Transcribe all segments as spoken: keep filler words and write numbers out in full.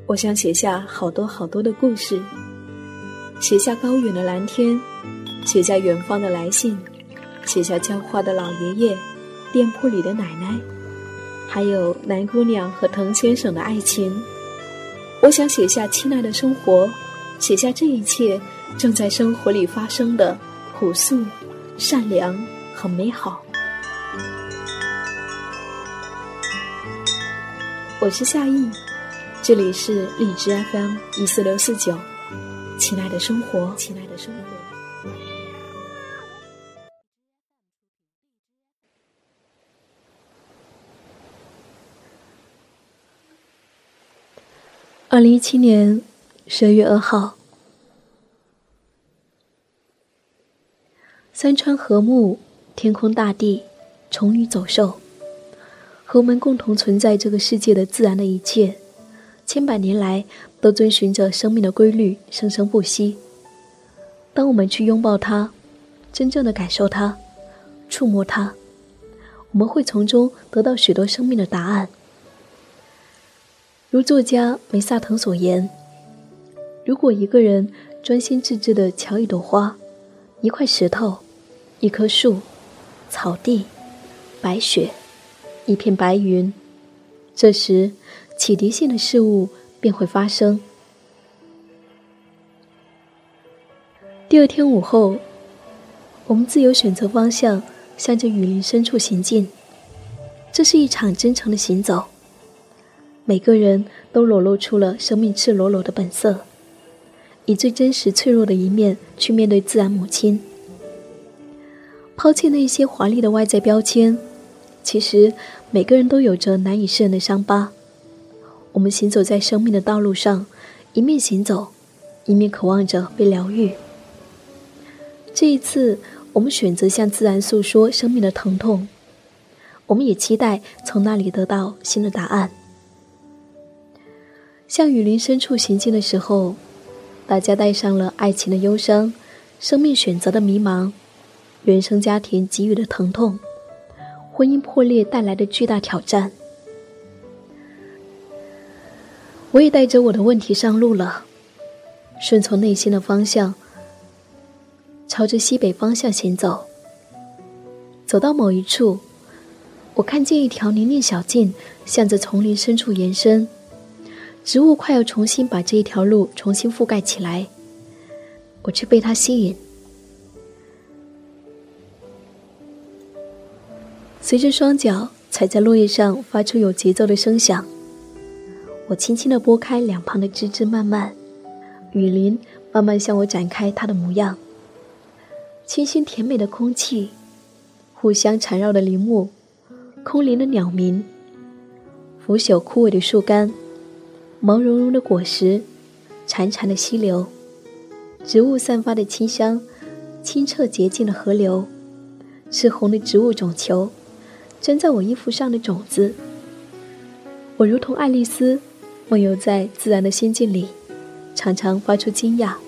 我想写下好多好多的故事，写下高远的蓝天，写下远方的来信，写下浇花的老爷爷，店铺里的奶奶，还有南姑娘和滕先生的爱情。我想写下亲爱的生活，写下这一切正在生活里发生的朴素、善良和美好。我是夏意，这里是荔枝 F M 一四六四九，亲爱的生活，亲爱的生活。二零一七年十二月二号，山川和睦，天空大地，虫鱼走兽，和我们共同存在这个世界的自然的一切，千百年来都遵循着生命的规律，生生不息。当我们去拥抱它，真正的感受它，触摸它，我们会从中得到许多生命的答案。如作家梅萨腾所言，如果一个人专心致志地瞧一朵花，一块石头，一棵树，草地，白雪，一片白云，这时启迪性的事物便会发生。第二天午后，我们自由选择方向，向着雨林深处行进。这是一场真诚的行走，每个人都裸露出了生命赤裸裸的本色，以最真实脆弱的一面去面对自然母亲。抛弃那些华丽的外在标签，其实每个人都有着难以释然的伤疤。我们行走在生命的道路上，一面行走，一面渴望着被疗愈。这一次，我们选择向自然诉说生命的疼痛，我们也期待从那里得到新的答案。向雨林深处行进的时候，大家带上了爱情的忧伤，生命选择的迷茫，原生家庭给予的疼痛，婚姻破裂带来的巨大挑战。我也带着我的问题上路了，顺从内心的方向，朝着西北方向行走。走到某一处，我看见一条泥泞小径向着丛林深处延伸，植物快要重新把这一条路重新覆盖起来，我却被它吸引。随着双脚踩在落叶上发出有节奏的声响，我轻轻地拨开两旁的枝枝蔓蔓，雨林慢慢向我展开它的模样。清新甜美的空气，互相缠绕的林木，空灵的鸟鸣，腐朽枯萎的树干，毛茸茸的果实，潺潺的溪流，植物散发的清香，清澈洁净的河流，赤红的植物种球，粘在我衣服上的种子。我如同爱丽丝，梦游在自然的仙境里，常常发出惊讶。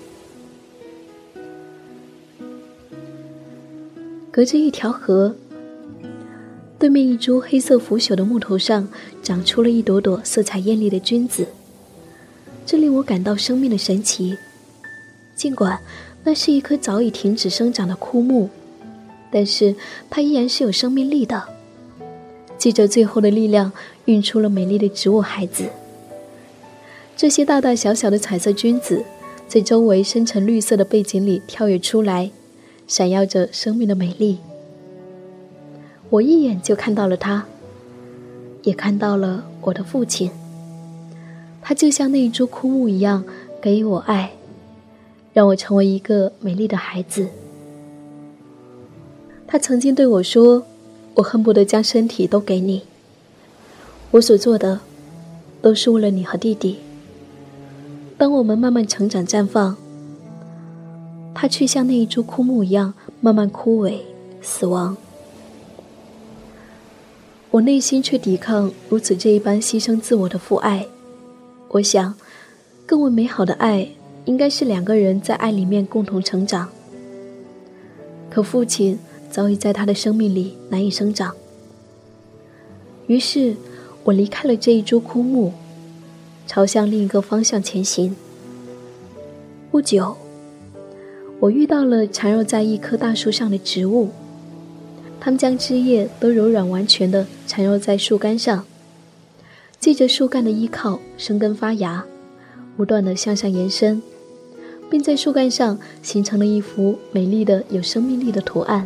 隔着一条河，对面一株黑色腐朽的木头上长出了一朵朵色彩艳丽的君子，这令我感到生命的神奇。尽管那是一棵早已停止生长的枯木，但是它依然是有生命力的，借着最后的力量孕出了美丽的植物孩子。这些大大小小的彩色君子在周围深沉绿色的背景里跳跃出来，闪耀着生命的美丽。我一眼就看到了他，也看到了我的父亲。他就像那一株枯木一样，给予我爱，让我成为一个美丽的孩子。他曾经对我说，我恨不得将身体都给你，我所做的都是为了你和弟弟。当我们慢慢成长绽放，他却像那一株枯木一样慢慢枯萎死亡。我内心却抵抗如此这一般牺牲自我的父爱。我想，更为美好的爱应该是两个人在爱里面共同成长。可父亲早已在他的生命里难以生长。于是我离开了这一株枯木， 朝向另一个方向前行。不久，我遇到了缠绕在一棵大树上的植物，它们将枝叶都柔软完全地缠绕在树干上，借着树干的依靠生根发芽，不断地向上延伸，并在树干上形成了一幅美丽的有生命力的图案。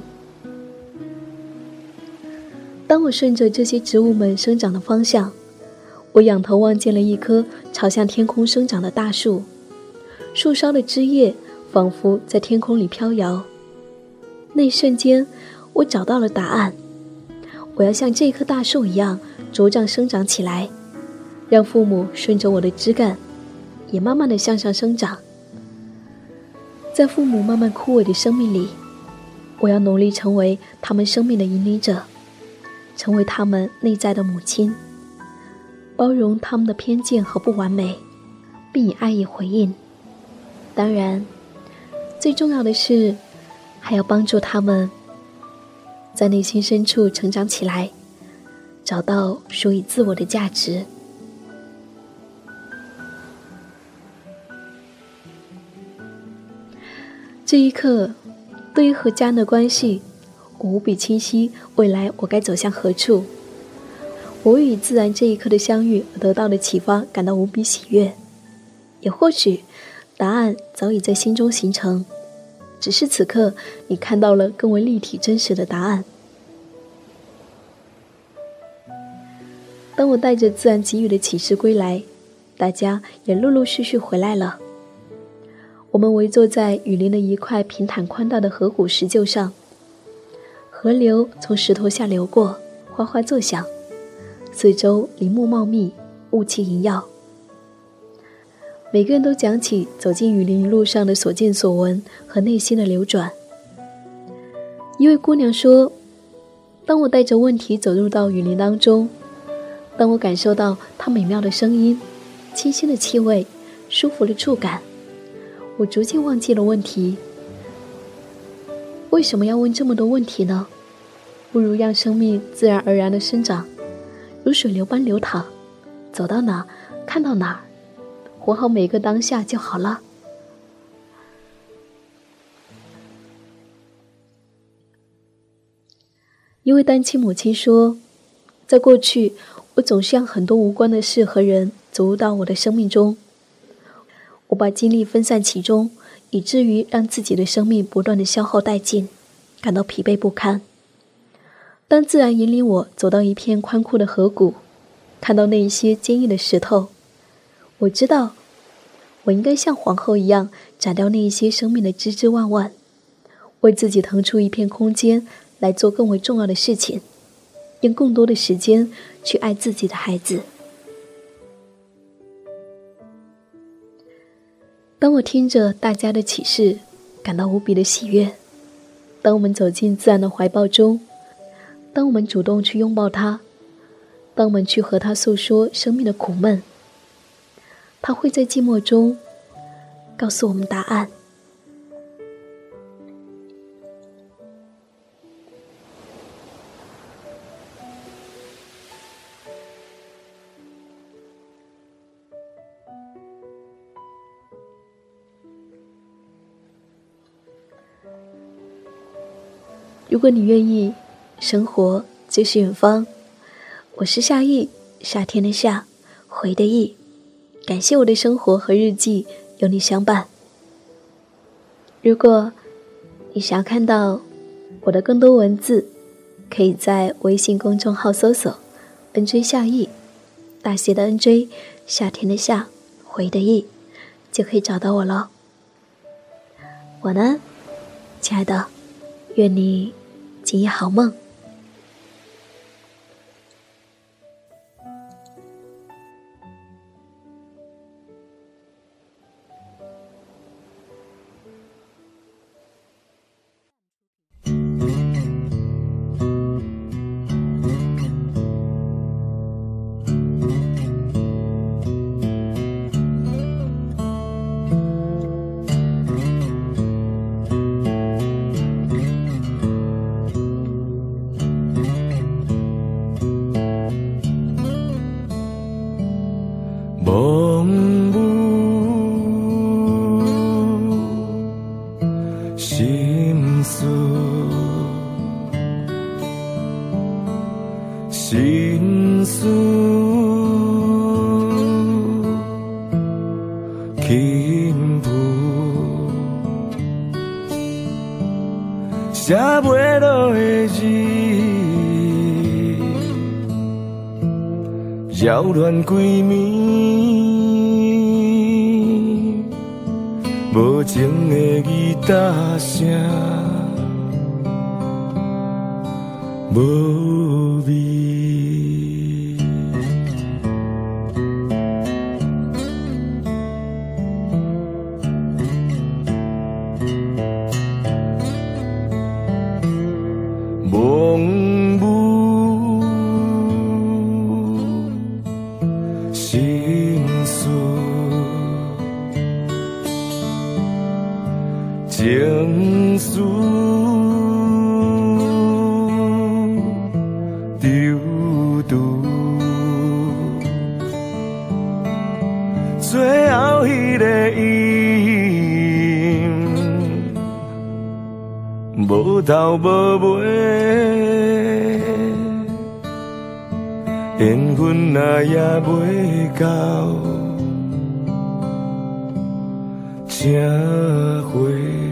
当我顺着这些植物们生长的方向，我仰头望见了一棵朝向天空生长的大树，树梢的枝叶仿佛在天空里飘摇。那一瞬间，我找到了答案，我要像这棵大树一样茁壮生长起来，让父母顺着我的枝干也慢慢地向上生长。在父母慢慢枯萎的生命里，我要努力成为他们生命的引领者，成为他们内在的母亲，包容他们的偏见和不完美，并以爱意回应。当然，最重要的是还要帮助他们在内心深处成长起来，找到属于自我的价值。这一刻，对于和家人的关系，我无比清晰未来我该走向何处。我为与自然这一刻的相遇而得到的启发感到无比喜悦，也或许答案早已在心中形成，只是此刻你看到了更为立体真实的答案。当我带着自然给予的启示归来，大家也陆陆续续回来了。我们围坐在雨林的一块平坦宽大的河谷石臼上，河流从石头下流过，哗哗作响，四周林木茂密，雾气萦绕。每个人都讲起走进雨林路上的所见所闻和内心的流转。一位姑娘说，当我带着问题走入到雨林当中，当我感受到它美妙的声音、清新的气味、舒服的触感，我逐渐忘记了问题。为什么要问这么多问题呢？不如让生命自然而然地生长，如水流般流淌，走到哪看到哪，活好每个当下就好了。一位单亲母亲说，在过去我总是让很多无关的事和人走入到我的生命中，我把精力分散其中，以至于让自己的生命不断地消耗殆尽，感到疲惫不堪。当自然引领我走到一片宽阔的河谷，看到那一些坚硬的石头，我知道我应该像皇后一样斩掉那一些生命的枝枝蔓蔓，为自己腾出一片空间来做更为重要的事情，用更多的时间去爱自己的孩子。当我听着大家的启示，感到无比的喜悦。当我们走进自然的怀抱中，当我们主动去拥抱它，当我们去和它诉说生命的苦闷，它会在寂寞中告诉我们答案。如果你愿意，生活就是远方。我是夏意，夏天的夏，回的意。感谢我的生活和日记有你相伴。如果你想要看到我的更多文字，可以在微信公众号搜索 N J 夏意，大写的 N J， 夏天的夏，回的意，就可以找到我了。晚安，亲爱的，愿你今夜好梦。 梦舞，心事，心事，轻浮，写袂落的字。扰乱规暝，无情的吉他声，无味。梦舞，心事，情绪丢丢，最后迄个音，无头无尾，缘分若也袂到，请回。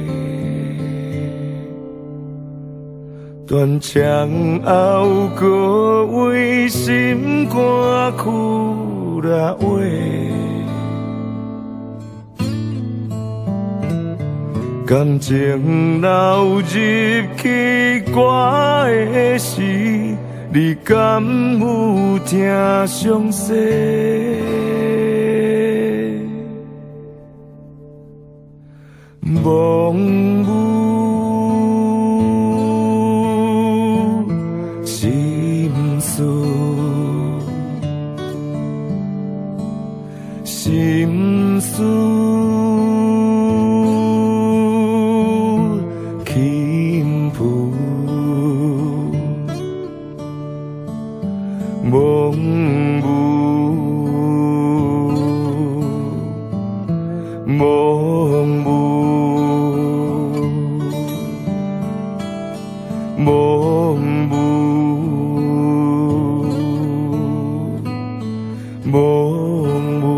断肠后，搁为心肝苦啦话，感情流入去歌的时，你敢有听详细？梦舞，心事，心事，轻浮，梦舞，梦舞。梦舞，梦舞。